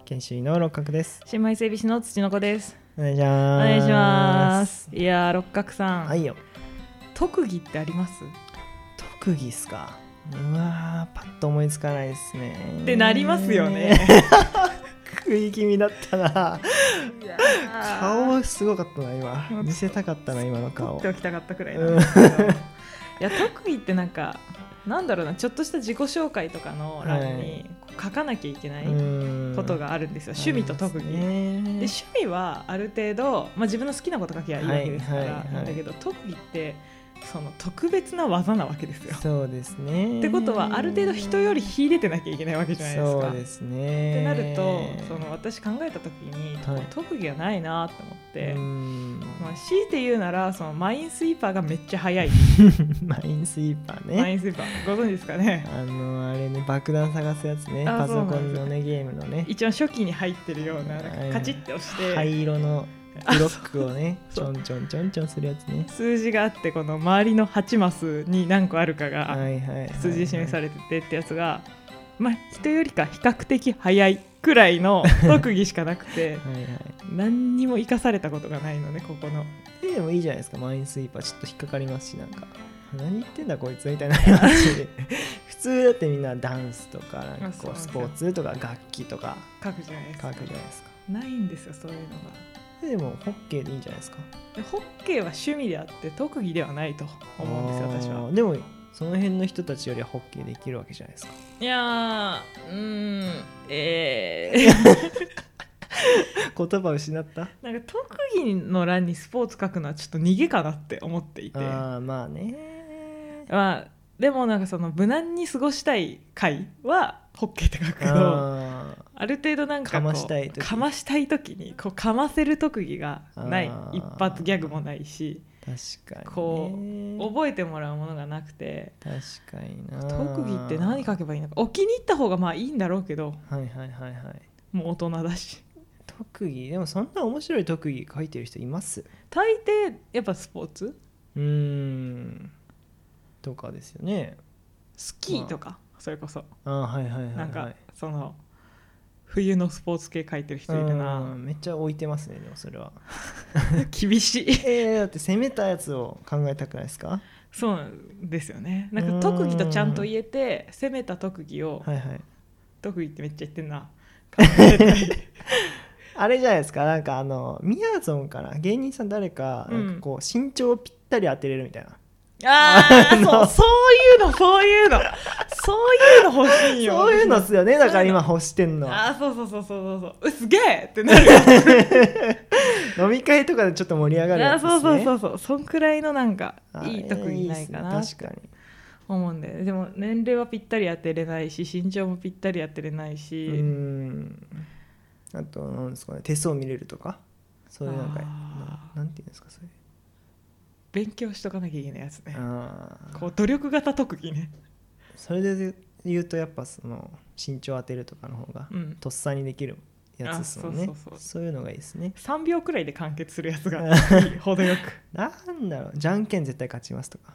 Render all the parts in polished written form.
研修医の六角です。 新米整備士の土の子です。 お願いします。 お願いします。いやー六角さん、 はいよ。 特技ってあります？ 特技っすか。うわーパッと思いつかないですねってなりますよね食い気味だったな。顔すごかったな今。見せたかったな今の顔。 撮っておきたかったくらいなんですけど、いや特技ってなんかなんだろうな、ちょっとした自己紹介とかの欄に書かなきゃいけないことがあるんですよ。趣味と特技で、趣味はある程度、自分の好きなこと書きゃいいわけですからなんだけど、特技ってその特別な技なわけですよ。 そうですね。 ってことはある程度人より秀でてなきゃいけないわけじゃないですか。 そうですね。 ってなるとその私考えた時に、特技がないなと思って、強いて言うならそのマインスイーパーがめっちゃ速いマインスイーパーね。 マインスイーパーご存知ですかね。 あれね、爆弾探すやつね。パソコンのねゲームのね、 一番初期に入ってるようなカチッて押して灰色のブロックをねちょんちょんちょんちょんするやつね。 数字があって、この周りの8マスに何個あるかが数字で示されててってやつが、人よりか比較的早いくらいの特技しかなくて何にも生かされたことがないのね、ここの。 でもいいじゃないですか。マインスイーパーちょっと引っかかりますし、なんか何言ってんだこいつみたいな話で普通だってみんなダンスとかなんかこうスポーツとか楽器とか書くじゃないですか。ないんですよそういうのが。 でもホッケーでいいんじゃないですか。 ホッケーは趣味であって特技ではないと思うんですよ私は。 でもその辺の人たちよりはホッケーできるわけじゃないですか。 いや言葉失った。 なんか特技の欄にスポーツ書くのはちょっと逃げかなって思っていて、 まあね。 でもなんかその無難に過ごしたい回はホッケーって書くけど、ある程度なんかこうかましたい時にこうかませる特技がない。一発ギャグもないし、 確かに、ね、 こう覚えてもらうものがなくて、 確かにな。 特技って何書けばいいのか。お気に入った方がいいんだろうけど、もう大人だし。 特技でもそんな面白い特技書いてる人います？ 大抵やっぱスポーツとかですよね。 スキーとか、それこそなんかその冬のスポーツ系書いてる人いるな。 めっちゃ置いてますね。でもそれは厳しいだって攻めたやつを考えたくないですか？ そうなんですよね。なんか特技とちゃんと言えて攻めた特技を、特技ってめっちゃ言ってんなあれじゃないですか。なんかみやぞんかな、芸人さん誰か、なんかこう身長をぴったり当てれるみたいな。 そういうの欲しいよ。 そういうのっすよね。だから今欲してんの。 そうすげえってなる飲み会とかでちょっと盛り上がるやつですね。 そんくらいのなんかいい特技ないかなって思うんで。でも年齢はぴったり当てれないし、身長もぴったり当てれないし、 あとなんですかね、手相見れるとか、そういうなんていうんですか、それ勉強しとかなきゃいけないやつね。こう努力型特技ね。 それで言うとやっぱその身長当てるとかの方がとっさにできるやつですもんね。そういうのがいいですね。 3秒くらいで完結するやつが程よくなんだろう、じゃんけん絶対勝ちますとか。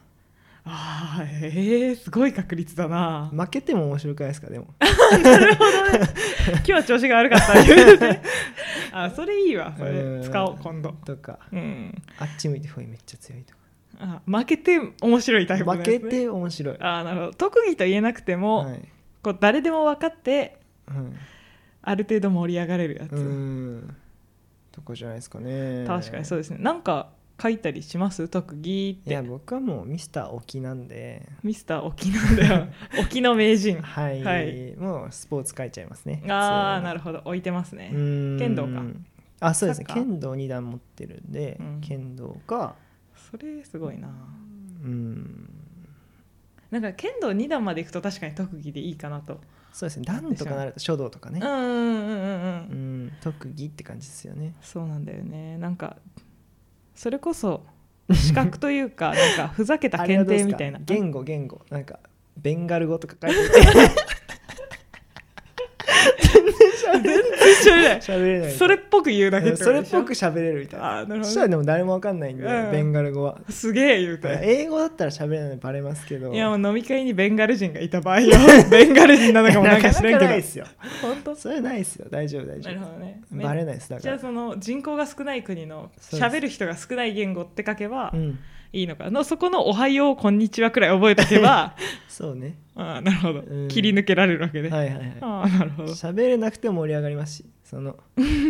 すごい確率だな。 負けても面白くないですか？でもなるほどね。今日は調子が悪かったそれいいわ。それ使おう今度とか、あっち向いてほいめっちゃ強いとか。 負けて面白いタイプですね。 負けて面白い。 なるほど。特技と言えなくても、こう誰でも分かって、ある程度盛り上がれるやつとかじゃないですかね。 確かにそうですね。なんか書いたりします？特技って。 いや僕はもうミスター沖なんで。 ミスター沖なんだよ沖の名人もうスポーツ書いちゃいますね。 なるほど。置いてますね。剣道か。 そうですね。剣道2段持ってるんで、剣道か。 それすごいな。なんか剣道2段までいくと確かに特技でいいかなと。 そうですね。段とかなると書道とかね。特技って感じですよね。 そうなんだよね。なんかそれこそ資格というかなんかふざけた検定みたいな。 言語なんかベンガル語とか書いてて全然しゃべれな喋れない。 それっぽく言うだけってことそでしょ。 れっぽく喋れるみたいな。 あー、なるほどね。 そしたらでも誰もわかんないんで、ベンガル語は。 すげえ言うて。 英語だったら喋れないのバレますけど。 いやもう飲み会にベンガル人がいた場合よ。ベンガル人なのかもなんか知らんけど。 なかなかないですよ。 本当？ それないですよ。大丈夫大丈夫。 なるほどね。 バレないです。だから。 じゃあその人口が少ない国の喋る人が少ない言語って書けばいいのかの、そこのおはようこんにちはくらい覚えとけばそうね。 ああなるほど、切り抜けられるわけで、 はいはいはい。 ああなるほど。 喋れなくても盛り上がりますし、その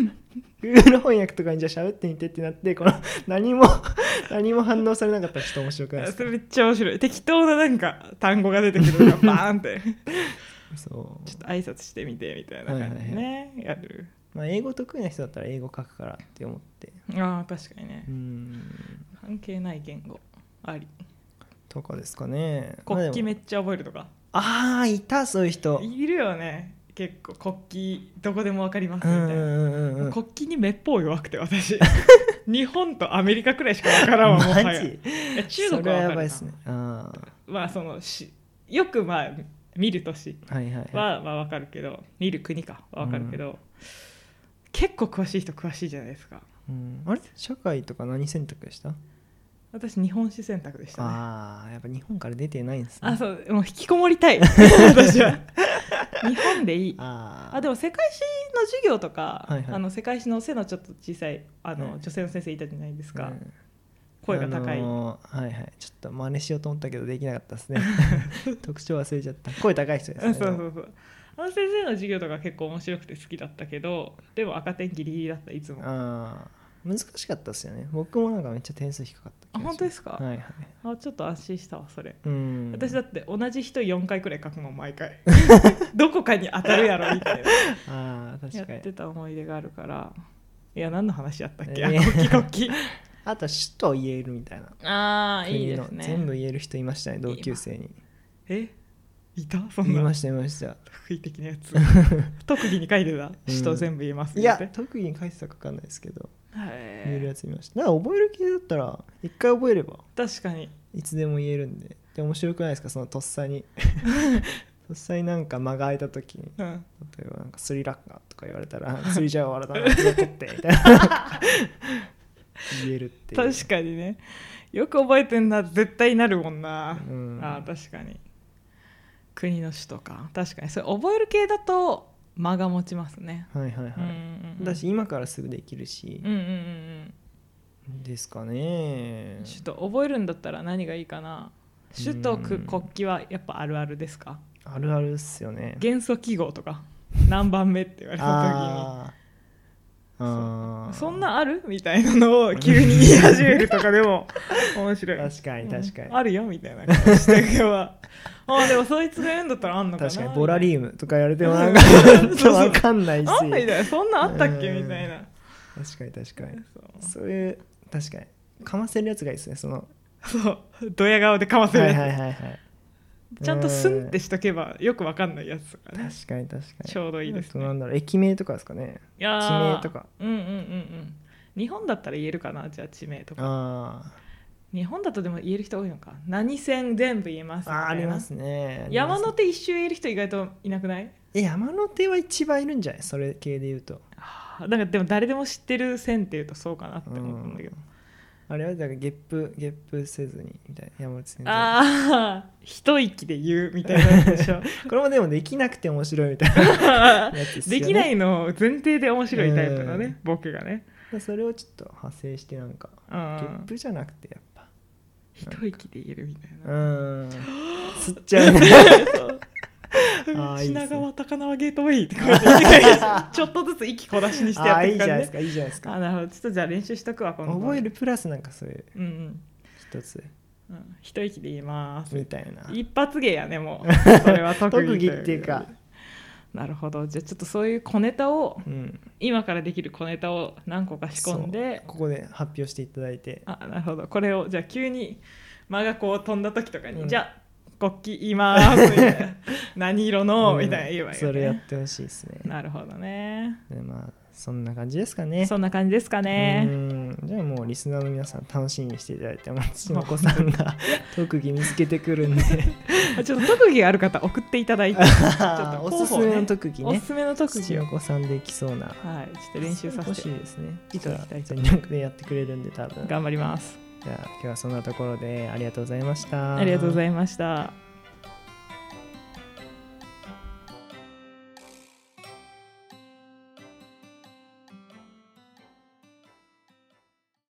Google 翻訳とかにじゃあ喋ってみてってなって、この何も反応されなかったらちょっと面白くないですか。 それめっちゃ面白い。適当ななんか単語が出てくるのがバーンってそうちょっと挨拶してみてみたいな感じでね、 はいはいはい、 やる。 まあ、英語得意な人だったら英語書くからって思って。 ああ確かにね。関係ない言語ありとかですかね。 国旗めっちゃ覚えるとか。 ああいた、そういう人いるよね。結構国旗どこでも分かりますみたいな、国旗にめっぽう弱くて私日本とアメリカくらいしか分からんわ。もはや中国は分かるな。それはやばいですね。まあそのよくまあ見る都市は分かるけど、見る国かは分かるけど、結構詳しい人詳しいじゃないですか。 あれ社会とか何選択でした？ 私日本史選択でしたね。 ああやっぱ日本から出てないんですね。 あそうもう引きこもりたい私は日本でいい。でも世界史の授業とか、世界史の背のちょっと小さい女性の先生いたじゃないですか、声が高い、 はいはい、ちょっと真似しようと思ったけどできなかったですね特徴忘れちゃった。声高い人ですね。 そう先生の授業とか結構面白くて好きだったけど、でも赤点ギリギリだった。いつも難しかったですよね。僕もなんかめっちゃ点数低かった。 本当ですか？ はいはい。 ちょっと安心したわそれ。私だって同じ人4回くらい書くもん毎回どこかに当たるやろみたいな確かにやってた思い出があるから。いや何の話やったっけ、国旗あと首都言えるみたいな。 いいですね。 全部言える人いましたね、同級生に。 いた？そんな。 言いました言いました。 得意的なやつ特技に書いてた首都全部言えます、 いや特技に書いてたか分かんないですけど言えるやつ見ました。だから覚える系だったら一回覚えれば確かにいつでも言えるんで。で面白くないですか、そのとっさにとっさになんか間が空いた時に、例えばなんかスリラッカとか言われたらスリジャワラだなって取ってみたいな言えるっていう。 確かにね、よく覚えてんな絶対なるもんな。確かに国の首都か。確かにそれ覚える系だと間が持ちますね。だし今からすぐできるし、ですかね。 首都覚えるんだったら何がいいかな。首都国旗はやっぱあるあるですか？ あるあるっすよね。 元素記号とか何番目って言われた時にそんなあるみたいなのを急に言い始めるとかでも面白い。 確かに確かに、 あるよみたいな感じしてけばでもそいつが言うんだったらあんのかな。 確かにボラリウムとか言われてもなんか分かんないしそんなあったっけみたいな。 確かに確かにそういう確かにかませるやつがいいですね。そうドヤ顔でかませるやつ、ちゃんとスンってしとけばよくわかんないやつとかね。 確かに確かにちょうどいいですね。 なんだろう、駅名とかですかね。地名とか。 日本だったら言えるかな。じゃあ地名とか。日本だとでも言える人多いのか。何線全部言えますみたいな。 ありますね。 山手一周言える人意外といなくない？ 山手は一番いるんじゃない？それ系で言うと。 なんかでも誰でも知ってる線っていうとそうかなって思うんだけど。 あれはだからゲップせずにみたいな。山手線一息で言うみたいなやつでしょこれもでもできなくて面白いみたいなやつですよね。 できないの前提で面白いタイプのね、ボケがね。 それをちょっと派生してなんかゲップじゃなくてやっぱ一息で言えるみたいな。 吸っちゃうね品川高輪ゲートウェイって書いてちょっとずつ息小出しにしてやってるからね。 いいじゃないですかいいじゃないですか。 なるほど、ちょっとじゃあ練習しとくわ。 覚えるプラスなんかそういう一つ一息で言いますみたいな。 一発芸やね。もうそれは特技っていうかなるほど。じゃあちょっとそういう小ネタを、今からできる小ネタを何個か仕込んでここで発表していただいて。 なるほど。これをじゃあ急に間がこう飛んだ時とかに、じゃあ国旗言いますみたいな何色の、みたいな言えばいいよね。 それやってほしいですね。 なるほどね。 でまあそんな感じですかね。 そんな感じですかね。 じゃあもうリスナーの皆さん楽しみにしていただいて、私のお子さんが特技見つけてくるんでちょっと特技がある方送っていただいてちょっとおすすめの特技ね、 おすすめの特技をお子さんできそうな、 はい、ちょっと練習させてほしいですね。 いただきたいと全力でやってくれるんで多分頑張ります。 じゃあ今日はそんなところでありがとうございました。 ありがとうございました。